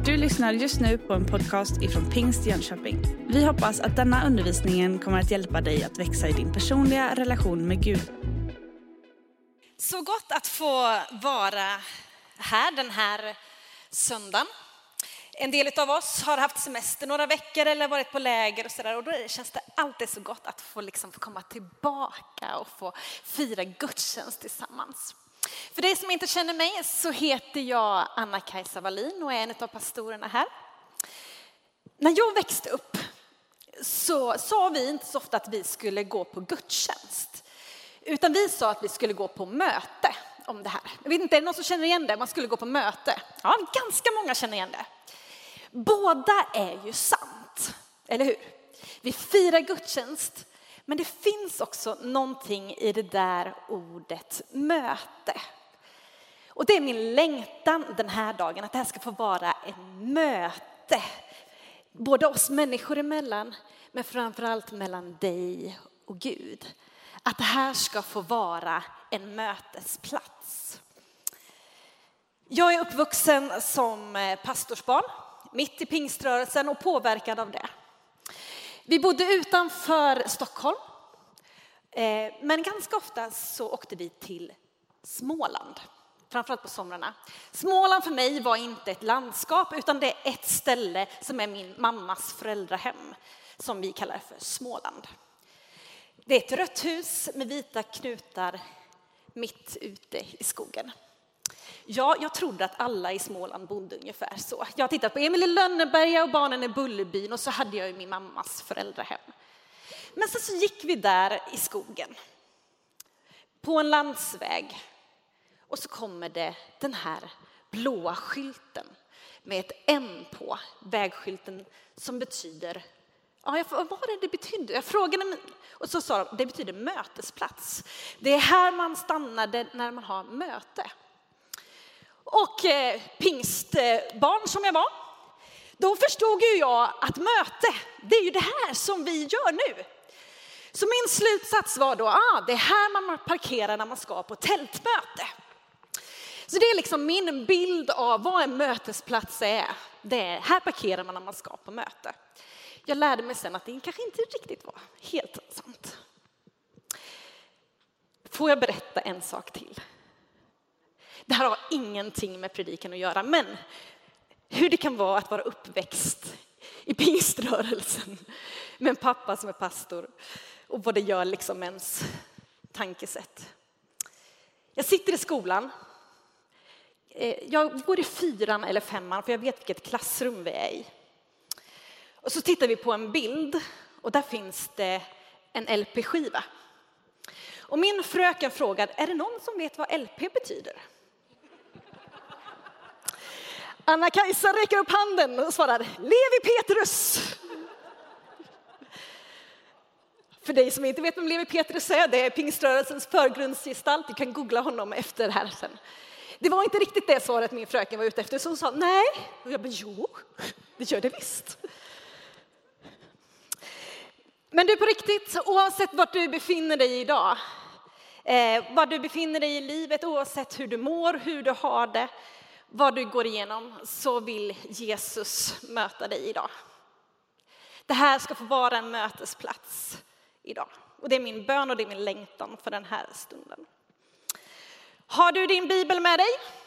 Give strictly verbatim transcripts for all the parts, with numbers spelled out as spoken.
Du lyssnar just nu på en podcast ifrån Pingst Jönköping. Vi hoppas att denna undervisning kommer att hjälpa dig att växa i din personliga relation med Gud. Så gott att få vara här den här söndagen. En del av oss har haft semester några veckor eller varit på läger och sådär. Och då känns det alltid så gott att få liksom komma tillbaka och få fira gudstjänst tillsammans. För dig som inte känner mig så heter jag Anna-Kajsa Wallin och är en av pastorerna här. När jag växte upp så sa vi inte så ofta att vi skulle gå på gudstjänst. Utan vi sa att vi skulle gå på möte om det här. Jag vet inte, är det någon som känner igen det? Man skulle gå på möte. Ja, ganska många känner igen det. Båda är ju sant, eller hur? Vi firar gudstjänst, men det finns också någonting i det där ordet möte. Och det är min längtan den här dagen, att det här ska få vara en möte. Både oss människor emellan, men framförallt mellan dig och Gud. Att det här ska få vara en mötesplats. Jag är uppvuxen som pastorsbarn, mitt i pingströrelsen och påverkad av det. Vi bodde utanför Stockholm, men ganska ofta så åkte vi till Småland, framförallt på somrarna. Småland för mig var inte ett landskap utan det är ett ställe som är min mammas föräldrahem, som vi kallar för Småland. Det är ett rött hus med vita knutar mitt ute i skogen. Ja, jag trodde att alla i Småland bodde ungefär så. Jag tittade på Emil i Lönneberga och barnen i Bullerbyn och så hade jag ju min mammas föräldrahem. Men sen så gick vi där i skogen på en landsväg och så kommer det den här blåa skylten med ett M på vägskylten som betyder, ja, jag, vad var det det betydde? Jag frågade och så sa de, det betyder mötesplats. Det är här man stannade när man har möte. Och eh, pingstbarn som jag var, då förstod ju jag att möte, det är ju det här som vi gör nu. Så min slutsats var då, ah, det är här man parkerar när man ska på tältmöte. Så det är liksom min bild av vad en mötesplats är. Det är här parkerar man när man ska på möte. Jag lärde mig sen att det kanske inte riktigt var helt sant. Får jag berätta en sak till? Det här har ingenting med predikan att göra, men hur det kan vara att vara uppväxt i pingströrelsen med en pappa som är pastor och vad det gör liksom ens tankesätt. Jag sitter i skolan. Jag går i fyran eller femman för jag vet vilket klassrum vi är i. Och så tittar vi på en bild och där finns det en L P-skiva. Och min fröken frågade, är det någon som vet vad L P betyder? Anna-Kajsa räcker upp handen och svarar, Levi Petrus. För dig som inte vet vem Levi Petrus är, det är pingströrelsens förgrundsgestalt. Du kan googla honom efter det här sen. Det var inte riktigt det svaret min fröken var ute efter. Så hon sa, nej. Och jag bara, jo, det gör det visst. Men du, på riktigt, oavsett vart du befinner dig idag, eh, var du befinner dig i livet, oavsett hur du mår, hur du har det, vad du går igenom, så vill Jesus möta dig idag. Det här ska få vara en mötesplats idag. Och det är min bön och det är min längtan för den här stunden. Har du din bibel med dig?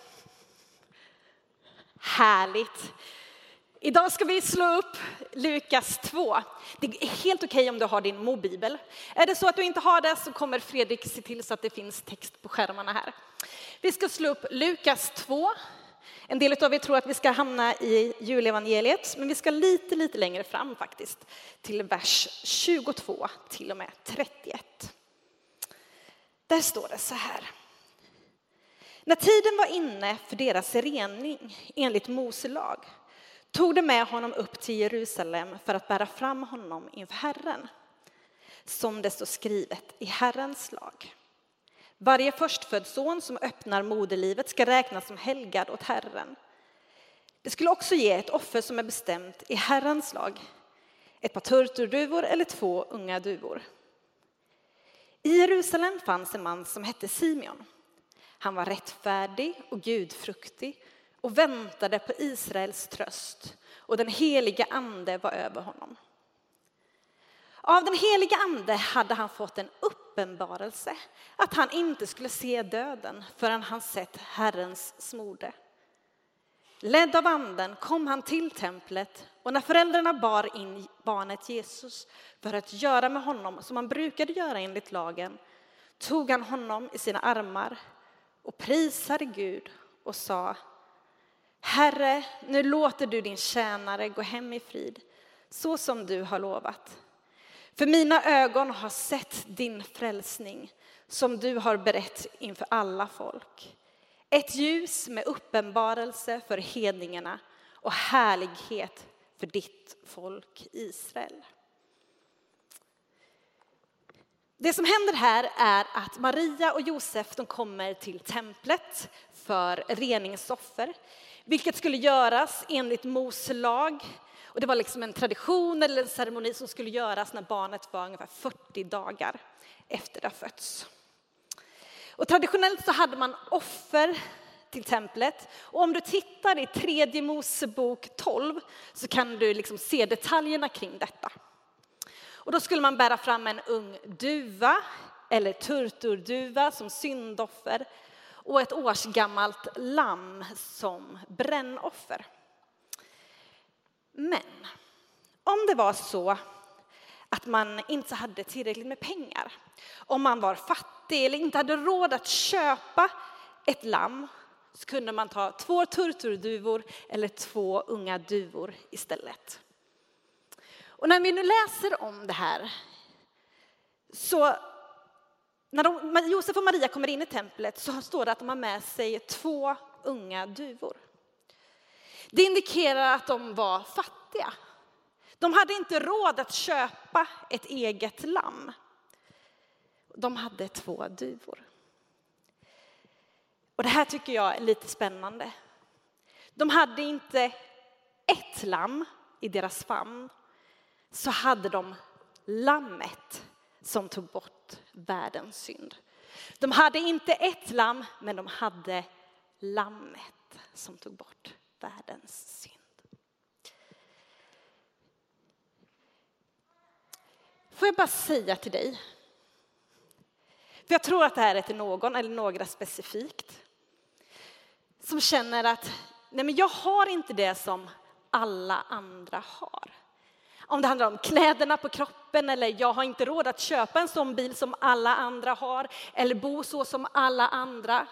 Härligt. Idag ska vi slå upp Lukas två. Det är helt okej om du har din mobbibel. Är det så att du inte har det så kommer Fredrik se till så att det finns text på skärmarna här. Vi ska slå upp Lukas två. En del av er tror att vi ska hamna i julevangeliet, men vi ska lite, lite längre fram faktiskt. Till vers tjugotvå till och med trettioett. Där står det så här. När tiden var inne för deras rening enligt Mose lag tog de med honom upp till Jerusalem för att bära fram honom inför Herren. Som det står skrivet i Herrens lag. Varje förstfödd son som öppnar moderlivet ska räknas som helgad åt Herren. Det skulle också ge ett offer som är bestämt i Herrens lag. Ett par turturduvor eller två unga duvor. I Jerusalem fanns en man som hette Simeon. Han var rättfärdig och gudfruktig och väntade på Israels tröst, och den heliga ande var över honom. Av den heliga ande hade han fått en uppenbarelse att han inte skulle se döden förrän han sett Herrens smorde. Ledd av anden kom han till templet, och när föräldrarna bar in barnet Jesus för att göra med honom som man brukade göra enligt lagen, tog han honom i sina armar och prisade Gud och sa: Herre, nu låter du din tjänare gå hem i frid, så som du har lovat. För mina ögon har sett din frälsning, som du har berett inför alla folk. Ett ljus med uppenbarelse för hedningarna och härlighet för ditt folk Israel. Det som händer här är att Maria och Josef, de kommer till templet för reningsoffer, vilket skulle göras enligt Mose lag. Och det var liksom en tradition eller en ceremoni som skulle göras när barnet var ungefär fyrtio dagar efter det fötts. Och traditionellt så hade man offer till templet. Och om du tittar i tredje Mosebok tolv så kan du liksom se detaljerna kring detta. Och då skulle man bära fram en ung duva eller turturduva som syndoffer och ett årsgammalt lamm som brännoffer. Men om det var så att man inte hade tillräckligt med pengar, om man var fattig eller inte hade råd att köpa ett lamm, så kunde man ta två turturduvor eller två unga duvor istället. Och när vi nu läser om det här, så när de, Josef och Maria kommer in i templet, så står det att de har med sig två unga duvor. Det indikerar att de var fattiga. De hade inte råd att köpa ett eget lamm. De hade två duvor. Och det här tycker jag är lite spännande. De hade inte ett lamm i deras famn, så hade de lammet som tog bort världens synd. De hade inte ett lamm, men de hade lammet som tog bort världens synd. Får jag bara säga till dig, för jag tror att det här är till någon eller några specifikt, som känner att nej, men jag har inte det som alla andra har. Om det handlar om kläderna på kroppen, eller jag har inte råd att köpa en sån bil som alla andra har, eller bo så som alla andra.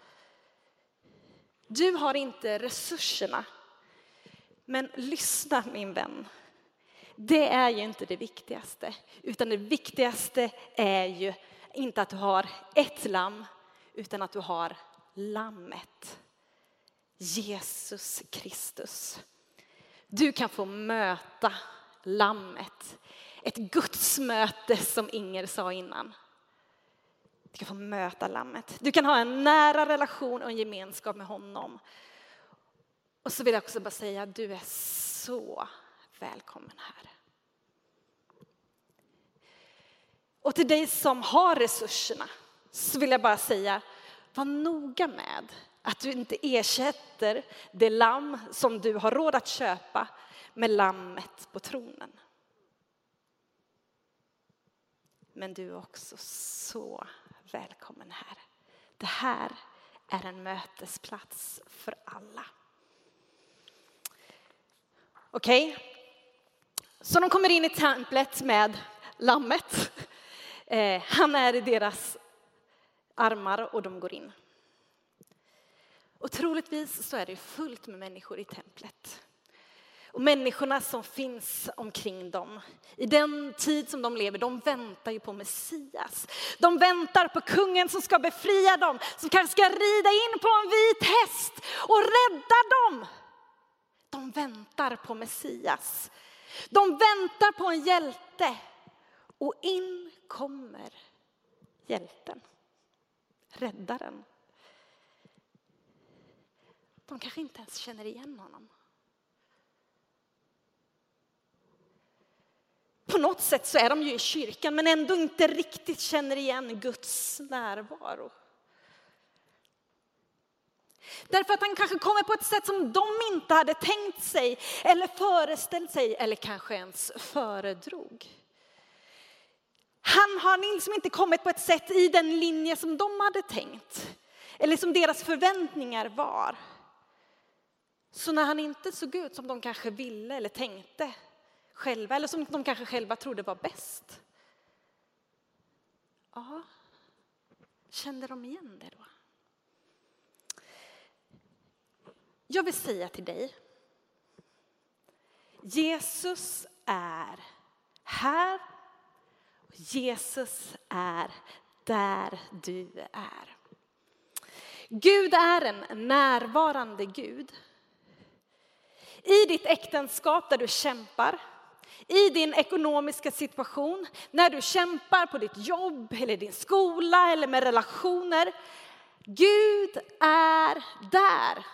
Du har inte resurserna. Men lyssna, min vän. Det är ju inte det viktigaste. Utan det viktigaste är ju inte att du har ett lamm, utan att du har lammet. Jesus Kristus. Du kan få möta lammet. Ett gudsmöte som Inger sa innan. Du kan få möta lammet. Du kan ha en nära relation och en gemenskap med honom. Och så vill jag också bara säga att du är så välkommen här. Och till dig som har resurserna så vill jag bara säga, var noga med att du inte ersätter det lamm som du har råd att köpa med lammet på tronen. Men du är också så välkommen här. Det här är en mötesplats för alla. Okej, okay. Så de kommer in i templet med lammet. Eh, han är i deras armar och de går in. Och troligtvis så är det fullt med människor i templet. Och människorna som finns omkring dem, i den tid som de lever, de väntar ju på Messias. De väntar på kungen som ska befria dem, som kanske ska rida in på en vit häst och rädda dem. De väntar på Messias. De väntar på en hjälte. Och in kommer hjälten, räddaren. De kanske inte ens känner igen honom. På något sätt så är de ju i kyrkan, men ändå inte riktigt känner igen Guds närvaro. Därför att han kanske kommer på ett sätt som de inte hade tänkt sig eller föreställt sig eller kanske ens föredrog. Han har liksom inte kommit på ett sätt i den linje som de hade tänkt eller som deras förväntningar var. Så när han inte såg ut som de kanske ville eller tänkte själva eller som de kanske själva trodde var bäst. Ja, kände de igen det då? Jag vill säga till dig, Jesus är här och Jesus är där du är. Gud är en närvarande Gud. I ditt äktenskap där du kämpar, i din ekonomiska situation, när du kämpar på ditt jobb eller din skola eller med relationer. Gud är där.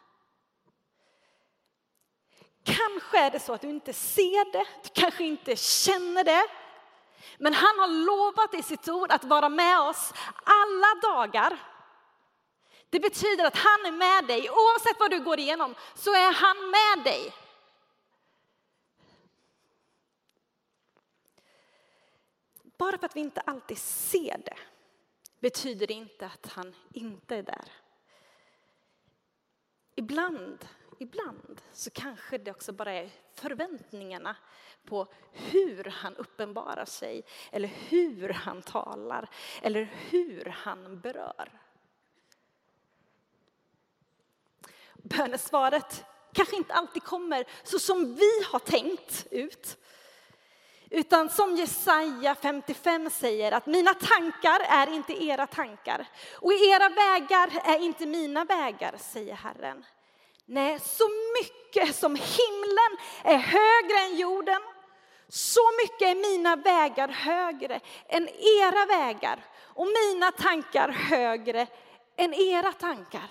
Kanske är det så att du inte ser det, du kanske inte känner det. Men han har lovat i sitt ord att vara med oss alla dagar. Det betyder att han är med dig. Oavsett vad du går igenom så är han med dig. Bara för att vi inte alltid ser det betyder det inte att han inte är där. Ibland, ibland så kanske det också bara är förväntningarna på hur han uppenbarar sig eller hur han talar eller hur han berör. Bönesvaret kanske inte alltid kommer så som vi har tänkt ut. Utan som Jesaja femtiofem säger att mina tankar är inte era tankar. Och era vägar är inte mina vägar, säger Herren. Nej, så mycket som himlen är högre än jorden. Så mycket är mina vägar högre än era vägar. Och mina tankar högre än era tankar.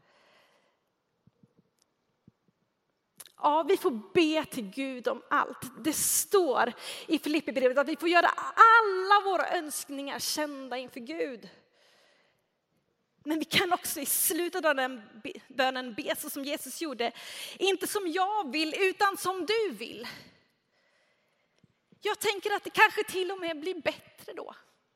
Ja, vi får be till Gud om allt. Det står i Filipperbrevet att vi får göra alla våra önskningar kända inför Gud. Men vi kan också i slutet av den bönen be så som Jesus gjorde. Inte som jag vill utan som du vill. Jag tänker att det kanske till och med blir bättre då.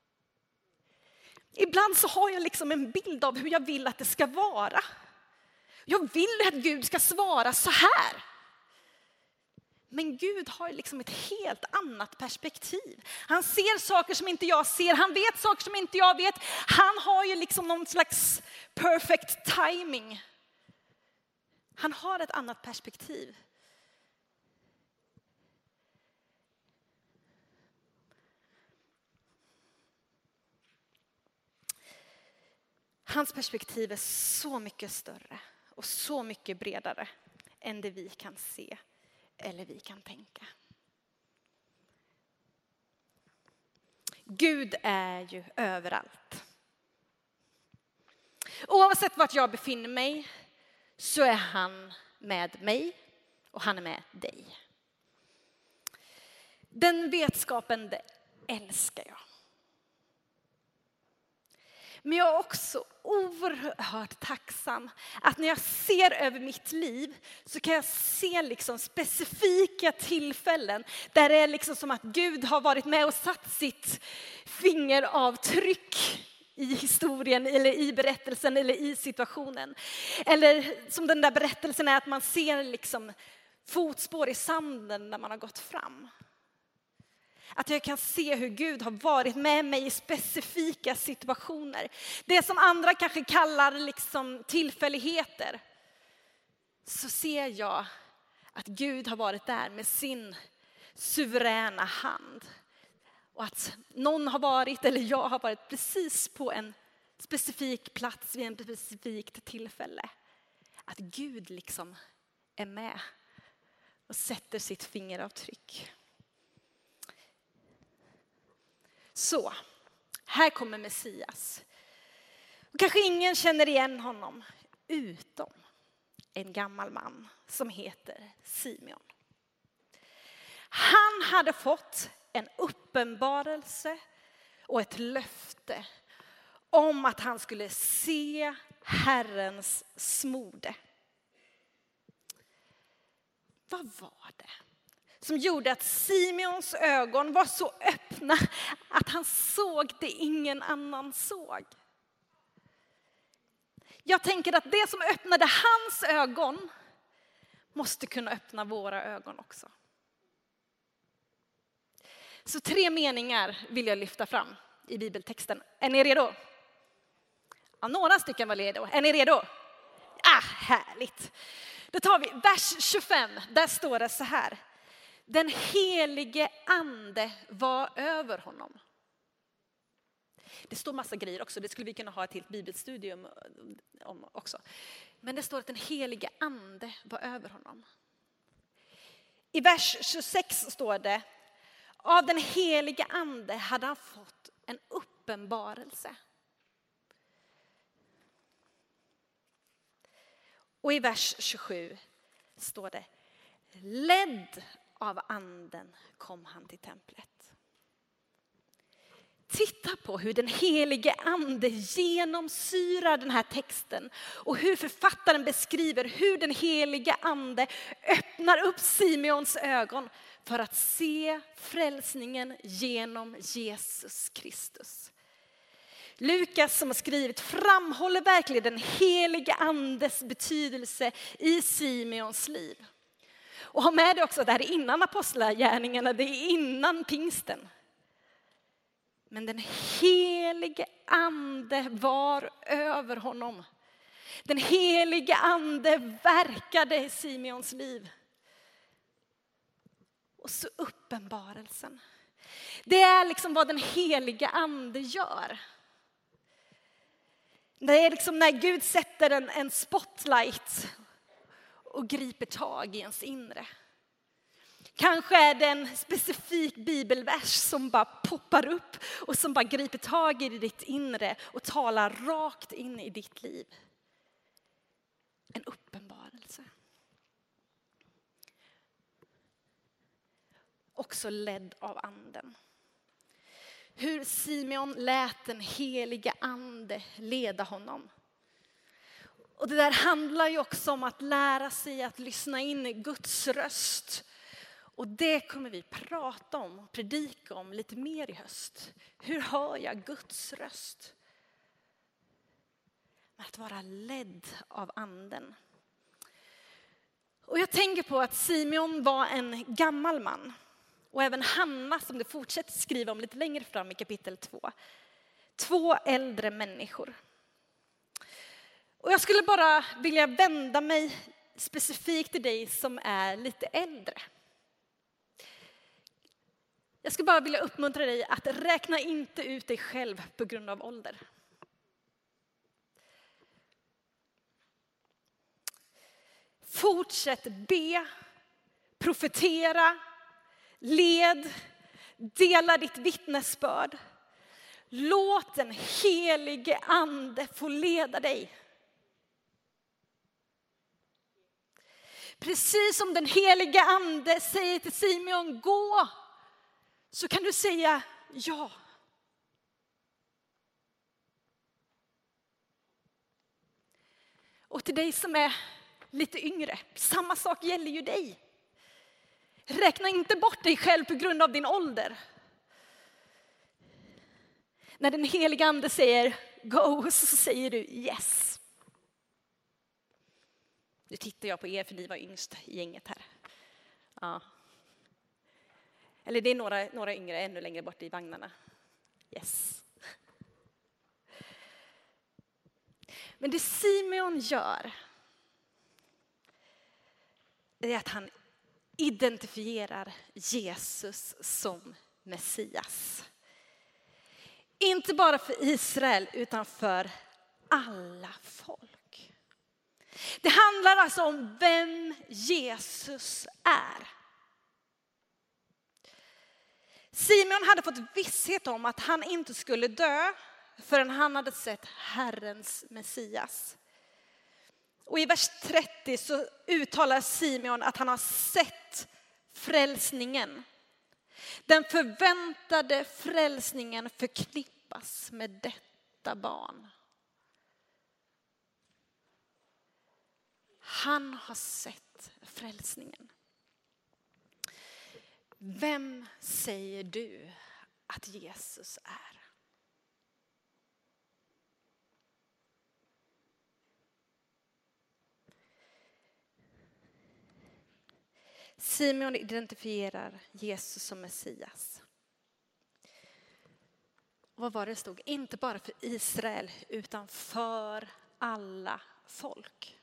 Ibland så har jag liksom en bild av hur jag vill att det ska vara. Jag vill att Gud ska svara så här. Men Gud har liksom ett helt annat perspektiv. Han ser saker som inte jag ser. Han vet saker som inte jag vet. Han har ju liksom någon slags perfect timing. Han har ett annat perspektiv. Hans perspektiv är så mycket större och så mycket bredare än det vi kan se eller vi kan tänka. Gud är ju överallt. Oavsett vart jag befinner mig så är han med mig och han är med dig. Den vetskapen, det älskar jag. Men jag är också oerhört tacksam att när jag ser över mitt liv så kan jag se liksom specifika tillfällen där det är liksom som att Gud har varit med och satt sitt fingeravtryck i historien eller i berättelsen eller i situationen. Eller som den där berättelsen är att man ser liksom fotspår i sanden när man har gått fram. Att jag kan se hur Gud har varit med mig i specifika situationer. Det som andra kanske kallar liksom tillfälligheter. Så ser jag att Gud har varit där med sin suveräna hand. Och att någon har varit eller jag har varit precis på en specifik plats vid en specifikt tillfälle. Att Gud liksom är med och sätter sitt fingeravtryck. Så, här kommer Messias. Och kanske ingen känner igen honom utom en gammal man som heter Simeon. Han hade fått en uppenbarelse och ett löfte om att han skulle se Herrens smorde. Vad var det som gjorde att Simeons ögon var så öppna att han såg det ingen annan såg? Jag tänker att det som öppnade hans ögon måste kunna öppna våra ögon också. Så tre meningar vill jag lyfta fram i bibeltexten. Är ni redo? Ja, några stycken var redo. Är ni redo? Ah, härligt. Då tar vi vers tjugofem. Där står det så här. Den helige ande var över honom. Det står massa grejer också. Det skulle vi kunna ha ett helt bibelstudium om också. Men det står att den helige ande var över honom. I vers tjugosex står det. Av den helige ande hade han fått en uppenbarelse. Och i vers tjugosju står det. Ledd av anden kom han till templet. Titta på hur den helige ande genomsyrar den här texten. Och hur författaren beskriver hur den helige ande öppnar upp Simeons ögon. För att se frälsningen genom Jesus Kristus. Lukas som har skrivit framhåller verkligen den helige andes betydelse i Simeons liv. Och har med det också, det här är innan apostlagärningarna, det är innan pingsten. Men den helige ande var över honom. Den helige ande verkade i Simeons liv. Och så uppenbarelsen. Det är liksom vad den helige ande gör. Det är liksom när Gud sätter en, en spotlight och griper tag i ens inre. Kanske är det en specifik bibelvers som bara poppar upp och som bara griper tag i ditt inre och talar rakt in i ditt liv. En uppenbarelse. Också ledd av anden. Hur Simeon lät den heliga ande leda honom. Och det där handlar ju också om att lära sig att lyssna in i Guds röst. Och det kommer vi prata om och predika om lite mer i höst. Hur hör jag Guds röst? Att vara ledd av anden. Och jag tänker på att Simeon var en gammal man. Och även Hanna som det fortsätter skriva om lite längre fram i kapitel två. Två äldre människor. Och jag skulle bara vilja vända mig specifikt till dig som är lite äldre. Jag skulle bara vilja uppmuntra dig att räkna inte ut dig själv på grund av ålder. Fortsätt be, profetera, led, dela ditt vittnesbörd. Låt den helige ande få leda dig. Precis som den helige ande säger till Simeon, gå, så kan du säga ja. Och till dig som är lite yngre, samma sak gäller ju dig. Räkna inte bort dig själv på grund av din ålder. När den heliga ande säger go, så säger du yes. Nu tittar jag på er för ni var yngst i gänget här. Ja. Eller det är några, några yngre ännu längre bort i vagnarna. Yes. Men det Simeon gör är att han identifierar Jesus som Messias. Inte bara för Israel utan för alla folk. Det handlar alltså om vem Jesus är. Simeon hade fått visshet om att han inte skulle dö förrän han hade sett Herrens Messias. Och i vers trettio så uttalar Simeon att han har sett frälsningen. Den förväntade frälsningen förknippas med detta detta barn. Han har sett frälsningen. Vem säger du att Jesus är? Simeon identifierar Jesus som Messias. Vad var det stod? Inte bara för Israel utan för alla folk.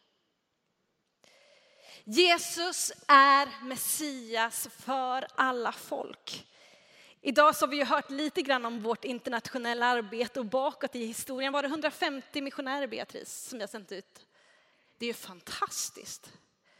Jesus är Messias för alla folk. Idag så har vi ju hört lite grann om vårt internationella arbete och bakåt i historien var det hundrafemtio missionärer, Beatrice, som jag sänt ut. Det är ju fantastiskt.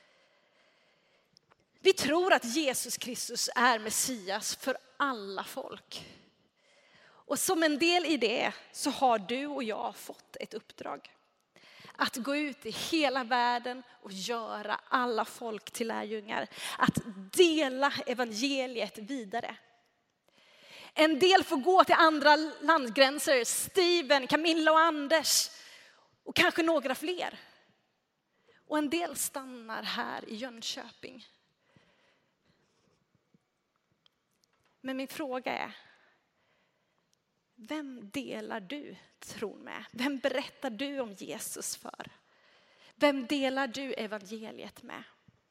Vi tror att Jesus Kristus är Messias för alla folk. Och som en del i det så har du och jag fått ett uppdrag. Att gå ut i hela världen och göra alla folk till lärjungar. Att dela evangeliet vidare. En del får gå till andra landgränser. Steven, Camilla och Anders. Och kanske några fler. Och en del stannar här i Jönköping. Men min fråga är, vem delar du tron med? Vem berättar du om Jesus för? Vem delar du evangeliet med?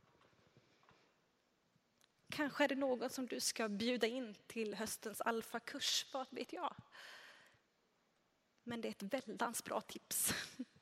Kanske är det någon som du ska bjuda in till höstens alfakurs, vad vet jag. Men det är ett väldans bra tips.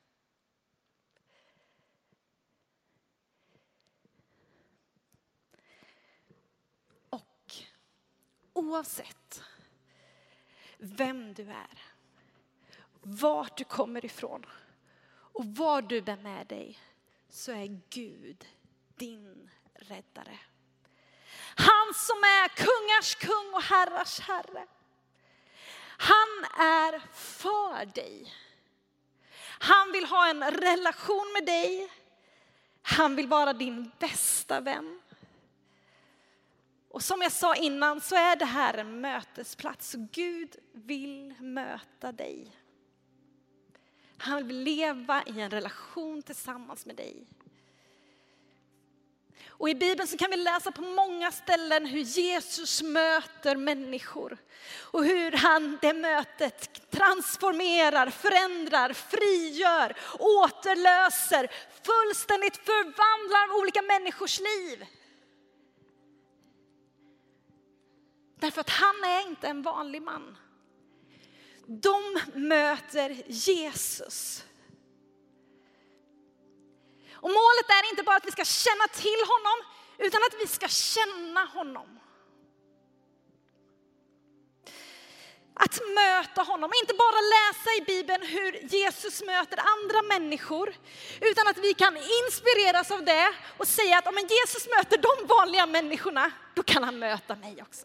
Och oavsett vem du är, vart du kommer ifrån och vad du bär med dig, så är Gud din räddare. Han som är kungars kung och herrars herre. Han är för dig. Han vill ha en relation med dig. Han vill vara din bästa vän. Och som jag sa innan så är det här en mötesplats. Gud vill möta dig. Han vill leva i en relation tillsammans med dig. Och i Bibeln så kan vi läsa på många ställen hur Jesus möter människor. Och hur han det mötet transformerar, förändrar, frigör, återlöser, fullständigt förvandlar olika människors liv. Därför att han är inte en vanlig man. De möter Jesus. Och målet är inte bara att vi ska känna till honom, utan att vi ska känna honom. Att möta honom, inte bara läsa i Bibeln hur Jesus möter andra människor, utan att vi kan inspireras av det och säga att om Jesus möter de vanliga människorna, då kan han möta mig också.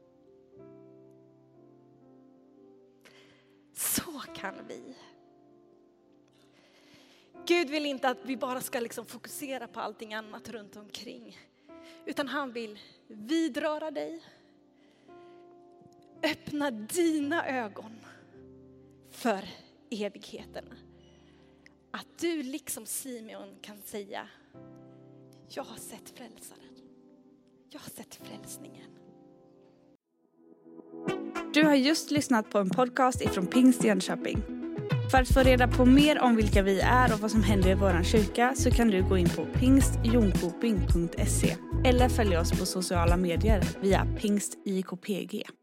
Så kan vi. Gud vill inte att vi bara ska liksom fokusera på allting annat runt omkring. Utan han vill vidröra dig. Öppna dina ögon för evigheten. Att du liksom Simeon kan säga, jag har sett frälsaren. Jag har sett frälsningen. Du har just lyssnat på en podcast ifrån Pingst Jönköping. För att få reda på mer om vilka vi är och vad som händer i våran kyrka så kan du gå in på pingst jonkoping punkt se eller följa oss på sociala medier via pingst I K P G.